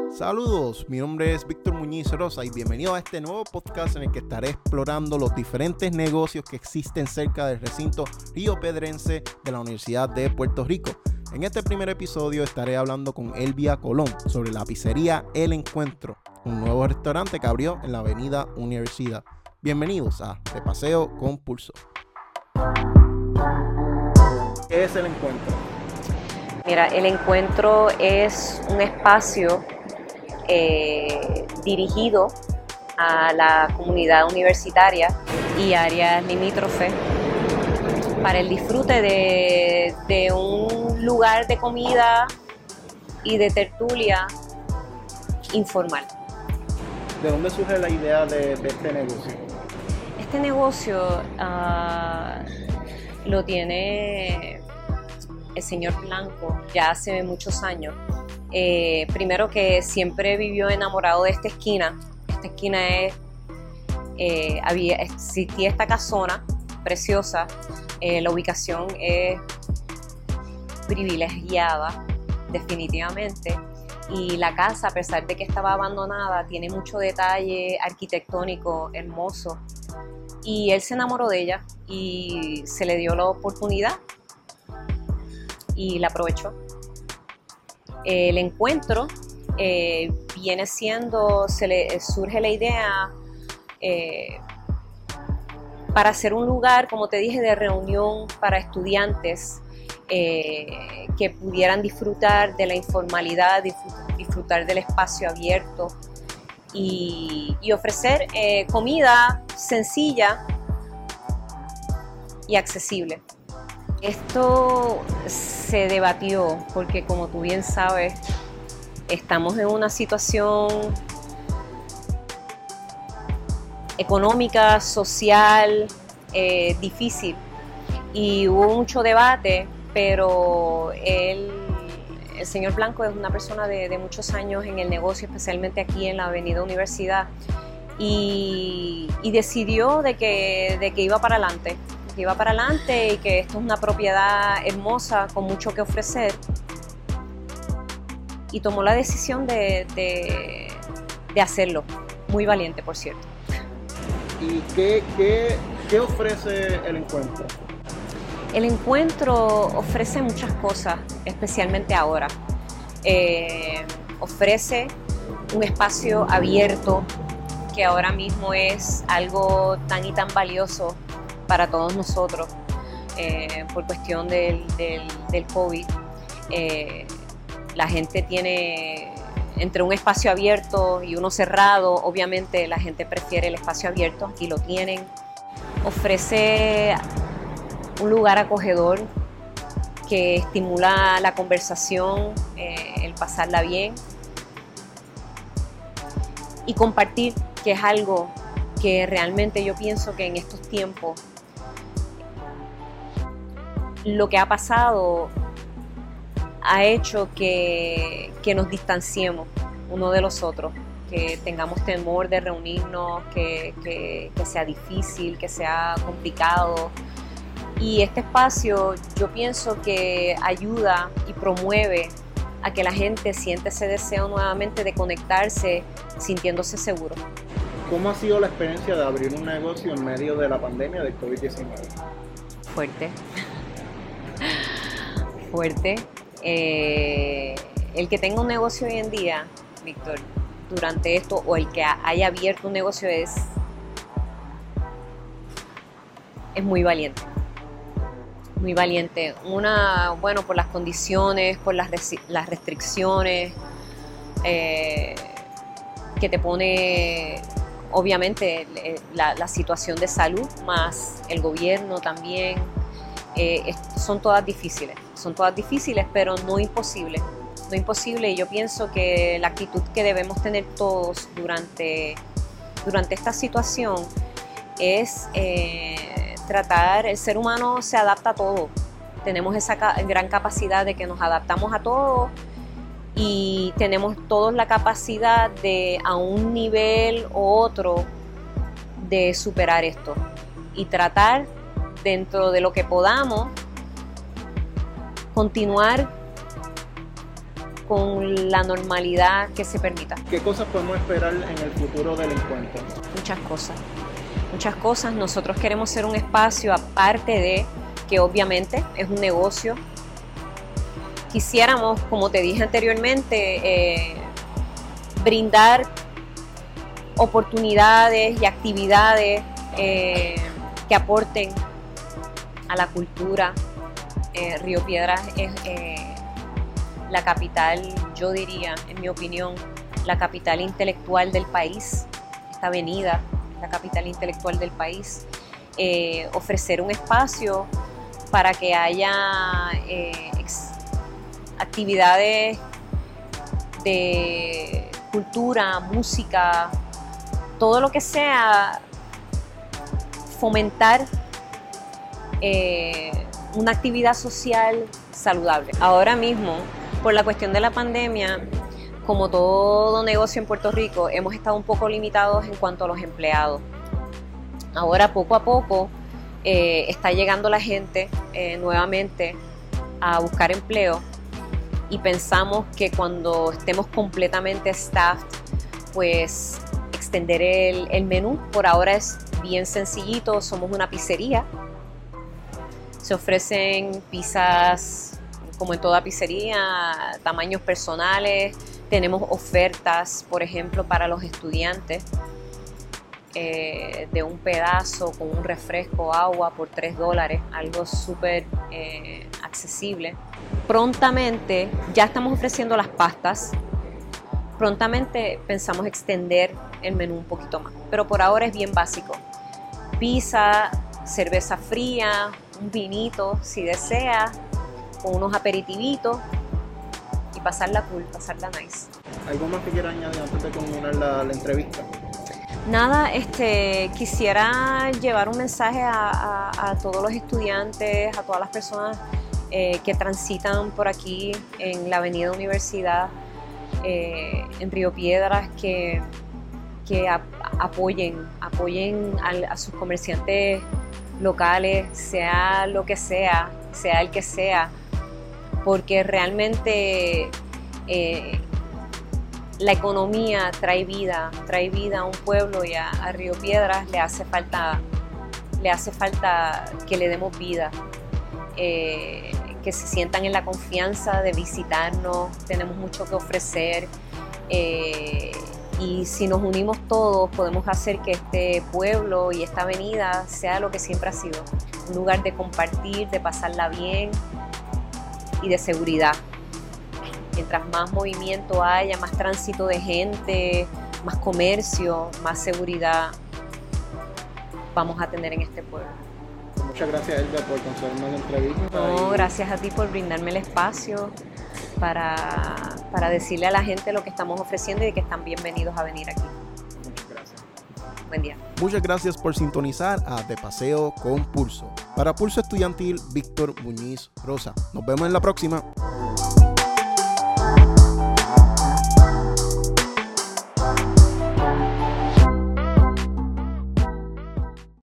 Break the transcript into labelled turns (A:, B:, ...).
A: Saludos, mi nombre es Víctor Muñiz Rosa y bienvenido a este nuevo podcast en el que estaré explorando los diferentes negocios que existen cerca del recinto Río Pedrense de la Universidad de Puerto Rico. En este primer episodio estaré hablando con Elvia Colón sobre la pizzería El Encuentro, un nuevo restaurante que abrió en la avenida Universidad. Bienvenidos a De Paseo con Pulso. ¿Qué es El Encuentro?
B: Mira, El Encuentro es un espacio dirigido a la comunidad universitaria y áreas limítrofes para el disfrute de un lugar de comida y de tertulia informal.
A: ¿De dónde surge la idea de este negocio?
B: Este negocio lo tiene el señor Blanco ya hace muchos años. Primero que siempre vivió enamorado de esta esquina. Esta esquina existía esta casona preciosa. La ubicación es privilegiada, definitivamente. Y la casa, a pesar de que estaba abandonada, tiene mucho detalle arquitectónico hermoso. Y él se enamoró de ella y se le dio la oportunidad y la aprovechó. El encuentro viene siendo, surge la idea para hacer un lugar, como te dije, de reunión para estudiantes que pudieran disfrutar de la informalidad, disfrutar del espacio abierto y ofrecer comida sencilla y accesible. Esto se debatió porque, como tú bien sabes, estamos en una situación económica, social, difícil, y hubo mucho debate, pero el señor Blanco es una persona de muchos años en el negocio, especialmente aquí en la avenida Universidad, y decidió de que iba para adelante. Y que esto es una propiedad hermosa con mucho que ofrecer, y tomó la decisión de hacerlo. Muy valiente, por cierto.
A: ¿Y qué ofrece El Encuentro?
B: El Encuentro ofrece muchas cosas, especialmente ahora. Ofrece un espacio abierto, que ahora mismo es algo tan y tan valioso para todos nosotros, por cuestión del COVID. La gente tiene entre un espacio abierto y uno cerrado. Obviamente la gente prefiere el espacio abierto, aquí lo tienen. Ofrece un lugar acogedor que estimula la conversación, el pasarla bien y compartir, que es algo que realmente yo pienso que en estos tiempos lo que ha pasado ha hecho que nos distanciemos uno de los otros, que tengamos temor de reunirnos, que sea difícil, que sea complicado. Y este espacio yo pienso que ayuda y promueve a que la gente sienta ese deseo nuevamente de conectarse sintiéndose seguro.
A: ¿Cómo ha sido la experiencia de abrir un negocio en medio de la pandemia del COVID-19?
B: Fuerte. Fuerte. El que tenga un negocio hoy en día, Víctor, durante esto, o el que haya abierto un negocio es muy valiente. Muy valiente. Bueno, por las condiciones, por las restricciones que te pone, obviamente, la situación de salud, más el gobierno también. Son todas difíciles, pero no imposibles. Y yo pienso que la actitud que debemos tener todos durante esta situación es tratar. El ser humano se adapta a todo. Tenemos esa gran capacidad de que nos adaptamos a todo, y tenemos todos la capacidad de, a un nivel u otro, de superar esto y tratar, dentro de lo que podamos, continuar con la normalidad que se permita.
A: ¿Qué cosas podemos esperar en el futuro del encuentro?
B: Muchas cosas. Nosotros queremos ser un espacio, aparte de que obviamente es un negocio. Quisiéramos, como te dije anteriormente, brindar oportunidades y actividades que aporten a la cultura. Río Piedras es la capital, yo diría, en mi opinión, la capital intelectual del país. Esta avenida, la capital intelectual del país. Ofrecer un espacio para que haya actividades de cultura, música, todo lo que sea fomentar una actividad social saludable. Ahora mismo, por la cuestión de la pandemia, como todo negocio en Puerto Rico, hemos estado un poco limitados en cuanto a los empleados. Ahora, poco a poco, está llegando la gente nuevamente a buscar empleo y pensamos que cuando estemos completamente staffed, pues extender el menú. Por ahora es bien sencillito, somos una pizzería. Se ofrecen pizzas, como en toda pizzería, tamaños personales. Tenemos ofertas, por ejemplo, para los estudiantes, de un pedazo con un refresco, agua por $3, algo súper accesible. Prontamente, ya estamos ofreciendo las pastas. Prontamente pensamos extender el menú un poquito más, pero por ahora es bien básico. Pizza, cerveza fría, un vinito si desea, con unos aperitivitos y pasarla cool, pasarla nice.
A: ¿Algo más que quiera añadir antes de culminar la entrevista?
B: Nada, quisiera llevar un mensaje a todos los estudiantes, a todas las personas que transitan por aquí en la Avenida Universidad, en Río Piedras, que apoyen a sus comerciantes locales, sea lo que sea el que sea, porque realmente la economía trae vida a un pueblo, y a Río Piedras le hace falta que le demos vida, que se sientan en la confianza de visitarnos. Tenemos mucho que ofrecer, y si nos unimos todos podemos hacer que este pueblo y esta avenida sea lo que siempre ha sido, un lugar de compartir, de pasarla bien y de seguridad. Mientras más movimiento haya, más tránsito de gente, más comercio, más seguridad vamos a tener en este pueblo.
A: Muchas gracias, Elda, por concederme la entrevista.
B: No, gracias a ti por brindarme el espacio para decirle a la gente lo que estamos ofreciendo y que están bienvenidos a venir aquí.
A: Muchas gracias.
B: Buen día.
A: Muchas gracias por sintonizar a De Paseo con Pulso. Para Pulso Estudiantil, Víctor Muñiz Rosa. Nos vemos en la próxima.